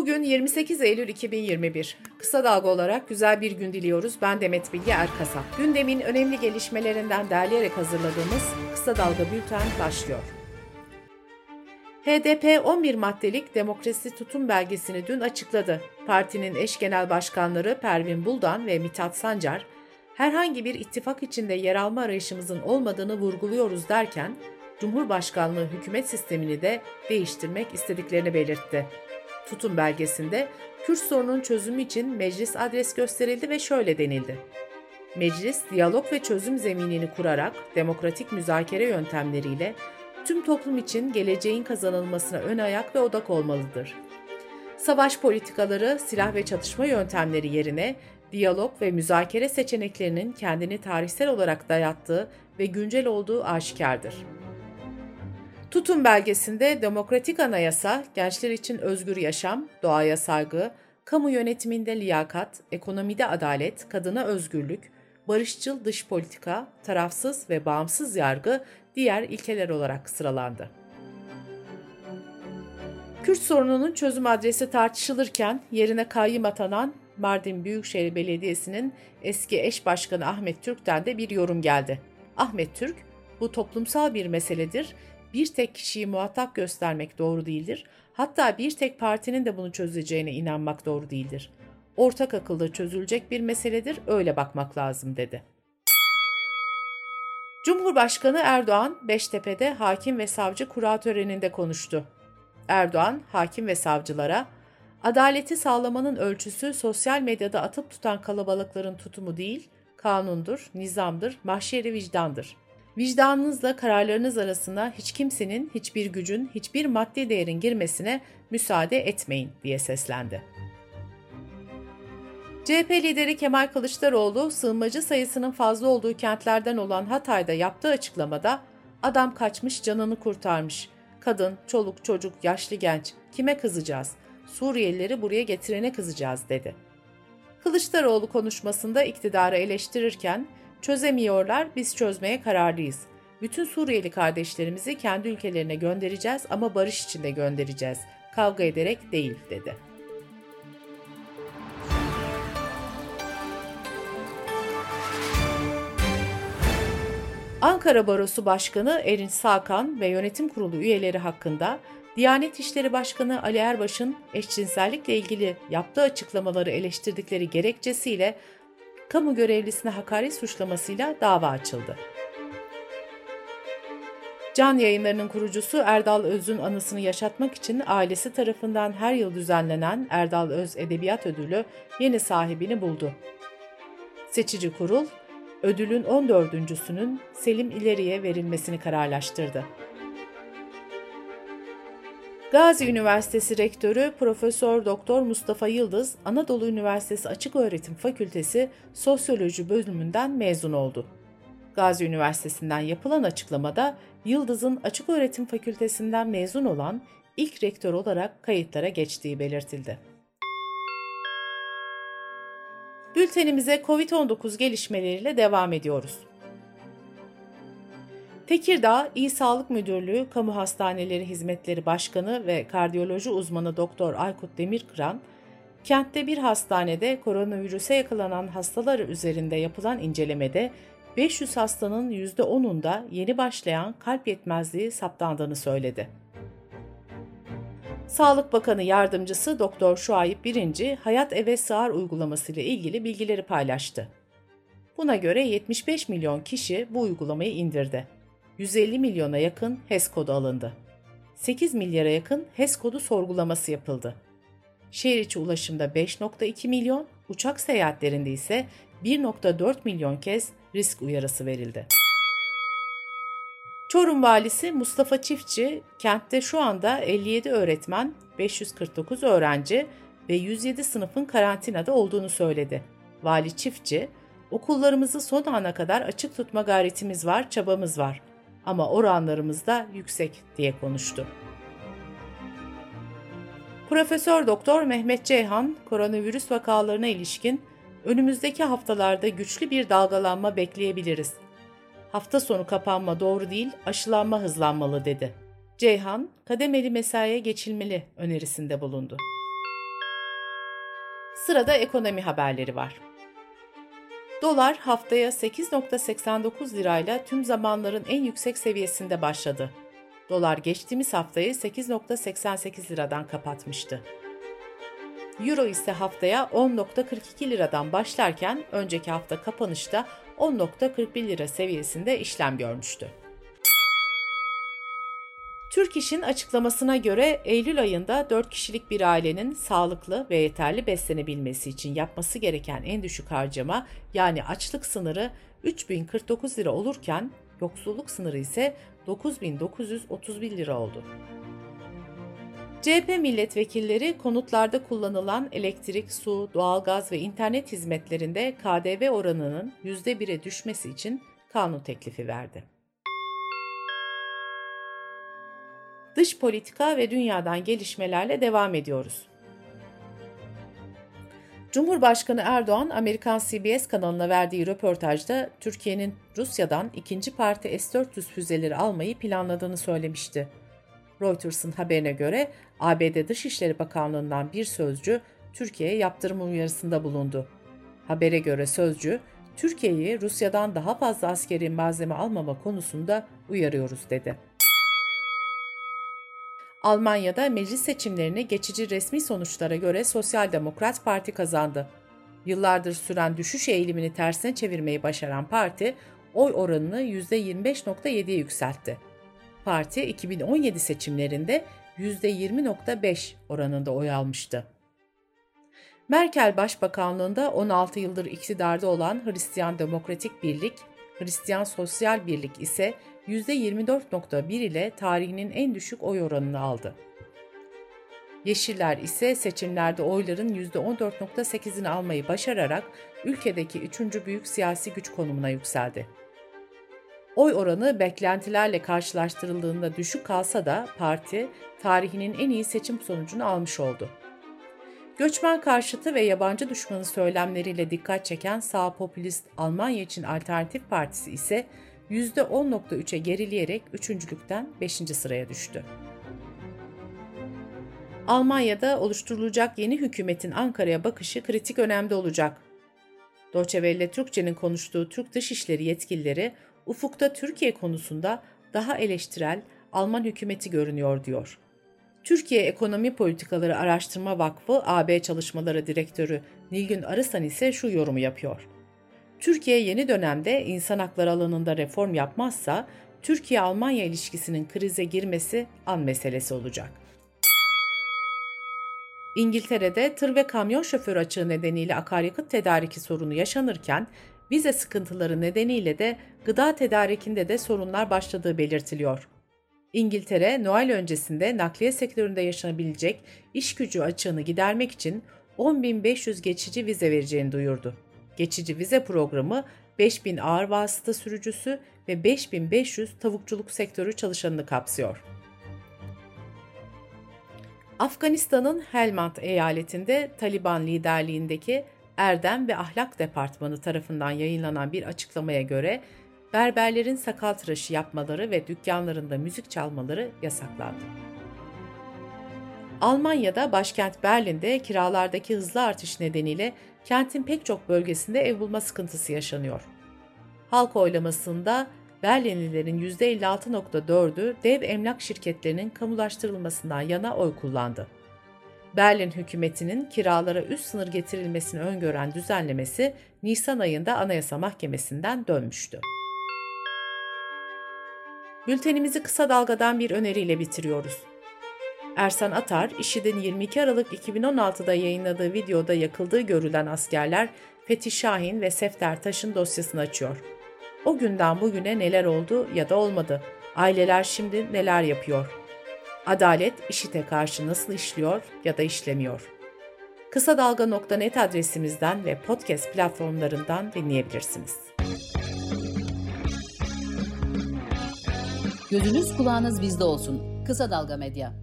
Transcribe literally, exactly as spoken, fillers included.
Bugün yirmi sekiz Eylül iki bin yirmi bir. Kısa Dalga olarak güzel bir gün diliyoruz. Ben Demet Bilge Erkasap. Gündemin önemli gelişmelerinden derleyerek hazırladığımız Kısa Dalga Bülten başlıyor. H D P on bir maddelik demokrasi tutum belgesini dün açıkladı. Partinin eş genel başkanları Pervin Buldan ve Mithat Sancar, herhangi bir ittifak içinde yer alma arayışımızın olmadığını vurguluyoruz derken, Cumhurbaşkanlığı hükümet sistemini de değiştirmek istediklerini belirtti. Tutum belgesinde Kürt sorunun çözümü için meclis adres gösterildi ve şöyle denildi. Meclis, diyalog ve çözüm zeminini kurarak demokratik müzakere yöntemleriyle tüm toplum için geleceğin kazanılmasına ön ayak ve odak olmalıdır. Savaş politikaları, silah ve çatışma yöntemleri yerine diyalog ve müzakere seçeneklerinin kendini tarihsel olarak dayattığı ve güncel olduğu aşikardır. Tutum belgesinde demokratik anayasa, gençler için özgür yaşam, doğaya saygı, kamu yönetiminde liyakat, ekonomide adalet, kadına özgürlük, barışçıl dış politika, tarafsız ve bağımsız yargı diğer ilkeler olarak sıralandı. Kürt sorununun çözüm adresi tartışılırken yerine kayyım atanan Mardin Büyükşehir Belediyesi'nin eski eş başkanı Ahmet Türk'ten de bir yorum geldi. Ahmet Türk, bu toplumsal bir meseledir, bir tek kişiyi muhatap göstermek doğru değildir, hatta bir tek partinin de bunu çözeceğine inanmak doğru değildir. Ortak akılda çözülecek bir meseledir, öyle bakmak lazım dedi. Cumhurbaşkanı Erdoğan, Beştepe'de hakim ve savcı kura töreninde konuştu. Erdoğan, hakim ve savcılara, adaleti sağlamanın ölçüsü sosyal medyada atıp tutan kalabalıkların tutumu değil, kanundur, nizamdır, mahşeri vicdandır. Vicdanınızla kararlarınız arasına hiç kimsenin, hiçbir gücün, hiçbir maddi değerin girmesine müsaade etmeyin diye seslendi. C H P lideri Kemal Kılıçdaroğlu, sığınmacı sayısının fazla olduğu kentlerden olan Hatay'da yaptığı açıklamada, adam kaçmış canını kurtarmış, kadın, çoluk, çocuk, yaşlı genç, kime kızacağız, Suriyelileri buraya getirene kızacağız dedi. Kılıçdaroğlu konuşmasında iktidarı eleştirirken, çözemiyorlar, biz çözmeye kararlıyız. Bütün Suriyeli kardeşlerimizi kendi ülkelerine göndereceğiz ama barış içinde göndereceğiz, kavga ederek değil dedi. Ankara Barosu Başkanı Erinç Sakan ve yönetim kurulu üyeleri hakkında Diyanet İşleri Başkanı Ali Erbaş'ın eşcinsellikle ilgili yaptığı açıklamaları eleştirdikleri gerekçesiyle kamu görevlisine hakaret suçlamasıyla dava açıldı. Can Yayınları'nın kurucusu Erdal Öz'ün anısını yaşatmak için ailesi tarafından her yıl düzenlenen Erdal Öz Edebiyat Ödülü yeni sahibini buldu. Seçici kurul, ödülün on dördüncüsünün Selim İleri'ye verilmesini kararlaştırdı. Gazi Üniversitesi Rektörü Profesör Doktor Mustafa Yıldız, Anadolu Üniversitesi Açıköğretim Fakültesi Sosyoloji bölümünden mezun oldu. Gazi Üniversitesi'nden yapılan açıklamada Yıldız'ın Açıköğretim Fakültesinden mezun olan ilk rektör olarak kayıtlara geçtiği belirtildi. Bültenimize kovid on dokuz gelişmeleriyle devam ediyoruz. Tekirdağ İl Sağlık Müdürlüğü Kamu Hastaneleri Hizmetleri Başkanı ve kardiyoloji uzmanı Doktor Aykut Demirkıran, kentte bir hastanede koronavirüse yakalanan hastalar üzerinde yapılan incelemede beş yüz hastanın yüzde onunda yeni başlayan kalp yetmezliği saptandığını söyledi. Sağlık Bakanı Yardımcısı Doktor Şuayb Birinci, Hayat Eve Sığar uygulaması ile ilgili bilgileri paylaştı. Buna göre yetmiş beş milyon kişi bu uygulamayı indirdi. yüz elli milyona yakın H E S kodu alındı. sekiz milyara yakın H E S kodu sorgulaması yapıldı. Şehir içi ulaşımda beş virgül iki milyon, uçak seyahatlerinde ise bir virgül dört milyon kez risk uyarısı verildi. Çorum Valisi Mustafa Çiftçi, kentte şu anda elli yedi öğretmen, beş yüz kırk dokuz öğrenci ve yüz yedi sınıfın karantinada olduğunu söyledi. Vali Çiftçi, okullarımızı son ana kadar açık tutma gayretimiz var, çabamız var ama oranlarımız da yüksek diye konuştu. Profesör Doktor Mehmet Ceyhan, koronavirüs vakalarına ilişkin önümüzdeki haftalarda güçlü bir dalgalanma bekleyebiliriz. Hafta sonu kapanma doğru değil, aşılanma hızlanmalı dedi. Ceyhan, kademeli mesaiye geçilmeli önerisinde bulundu. Sırada ekonomi haberleri var. Dolar haftaya sekiz virgül seksen dokuz lirayla tüm zamanların en yüksek seviyesinde başladı. Dolar geçtiğimiz haftayı sekiz virgül seksen sekiz liradan kapatmıştı. Euro ise haftaya on virgül kırk iki liradan başlarken önceki hafta kapanışta on virgül kırk bir lira seviyesinde işlem görmüştü. Türk İş'in açıklamasına göre Eylül ayında dört kişilik bir ailenin sağlıklı ve yeterli beslenebilmesi için yapması gereken en düşük harcama yani açlık sınırı üç bin kırk dokuz lira olurken yoksulluk sınırı ise dokuz bin dokuz yüz otuz bir lira oldu. C H P milletvekilleri konutlarda kullanılan elektrik, su, doğalgaz ve internet hizmetlerinde K D V oranının yüzde bire düşmesi için kanun teklifi verdi. Dış politika ve dünyadan gelişmelerle devam ediyoruz. Cumhurbaşkanı Erdoğan, Amerikan C B S kanalına verdiği röportajda Türkiye'nin Rusya'dan ikinci parti S dört yüz füzeleri almayı planladığını söylemişti. Reuters'ın haberine göre A B D Dışişleri Bakanlığı'ndan bir sözcü Türkiye'ye yaptırım uyarısında bulundu. Habere göre sözcü, Türkiye'yi Rusya'dan daha fazla askeri malzeme almama konusunda uyarıyoruz dedi. Almanya'da meclis seçimlerini geçici resmi sonuçlara göre Sosyal Demokrat Parti kazandı. Yıllardır süren düşüş eğilimini tersine çevirmeyi başaran parti, oy oranını yüzde yirmi beş virgül yediye yükseltti. Parti iki bin on yedi seçimlerinde yüzde yirmi virgül beş oranında oy almıştı. Merkel Başbakanlığında on altı yıldır iktidarda olan Hristiyan Demokratik Birlik, Hristiyan Sosyal Birlik ise yüzde yirmi dört virgül bir ile tarihinin en düşük oy oranını aldı. Yeşiller ise seçimlerde oyların yüzde on dört virgül sekizini almayı başararak ülkedeki üçüncü büyük siyasi güç konumuna yükseldi. Oy oranı beklentilerle karşılaştırıldığında düşük kalsa da parti tarihinin en iyi seçim sonucunu almış oldu. Göçmen karşıtı ve yabancı düşmanı söylemleriyle dikkat çeken sağ popülist Almanya için Alternatif Partisi ise yüzde on virgül üçe gerileyerek üçüncülükten beşinci sıraya düştü. Almanya'da oluşturulacak yeni hükümetin Ankara'ya bakışı kritik önemde olacak. Deutsche Welle Türkçe'nin konuştuğu Türk Dışişleri yetkilileri, ufukta Türkiye konusunda daha eleştirel Alman hükümeti görünüyor diyor. Türkiye Ekonomi Politikaları Araştırma Vakfı A B Çalışmaları Direktörü Nilgün Arısan ise şu yorumu yapıyor. Türkiye yeni dönemde insan hakları alanında reform yapmazsa Türkiye-Almanya ilişkisinin krize girmesi an meselesi olacak. İngiltere'de tır ve kamyon şoför açığı nedeniyle akaryakıt tedariki sorunu yaşanırken vize sıkıntıları nedeniyle de gıda tedarikinde de sorunlar başladığı belirtiliyor. İngiltere, Noel öncesinde nakliye sektöründe yaşanabilecek iş gücü açığını gidermek için on bin beş yüz geçici vize vereceğini duyurdu. Geçici vize programı beş bin ağır vasıta sürücüsü ve beş bin beş yüz tavukçuluk sektörü çalışanını kapsıyor. Afganistan'ın Helmand eyaletinde Taliban liderliğindeki Erdem ve Ahlak Departmanı tarafından yayınlanan bir açıklamaya göre berberlerin sakal tıraşı yapmaları ve dükkanlarında müzik çalmaları yasaklandı. Almanya'da başkent Berlin'de kiralardaki hızlı artış nedeniyle kentin pek çok bölgesinde ev bulma sıkıntısı yaşanıyor. Halk oylamasında Berlinlilerin yüzde elli altı virgül dördü dev emlak şirketlerinin kamulaştırılmasından yana oy kullandı. Berlin hükümetinin kiralara üst sınır getirilmesini öngören düzenlemesi Nisan ayında Anayasa Mahkemesi'nden dönmüştü. Bültenimizi kısa dalgadan bir öneriyle bitiriyoruz. Ersan Atar, IŞİD'in yirmi iki Aralık iki bin on altıda yayınladığı videoda yakıldığı görülen askerler Fethi Şahin ve Sefter Taş'ın dosyasını açıyor. O günden bugüne neler oldu ya da olmadı? Aileler şimdi neler yapıyor? Adalet IŞİD'e karşı nasıl işliyor ya da işlemiyor? kısadalga nokta net adresimizden ve podcast platformlarından dinleyebilirsiniz. Gözünüz kulağınız bizde olsun. Kısa Dalga Medya.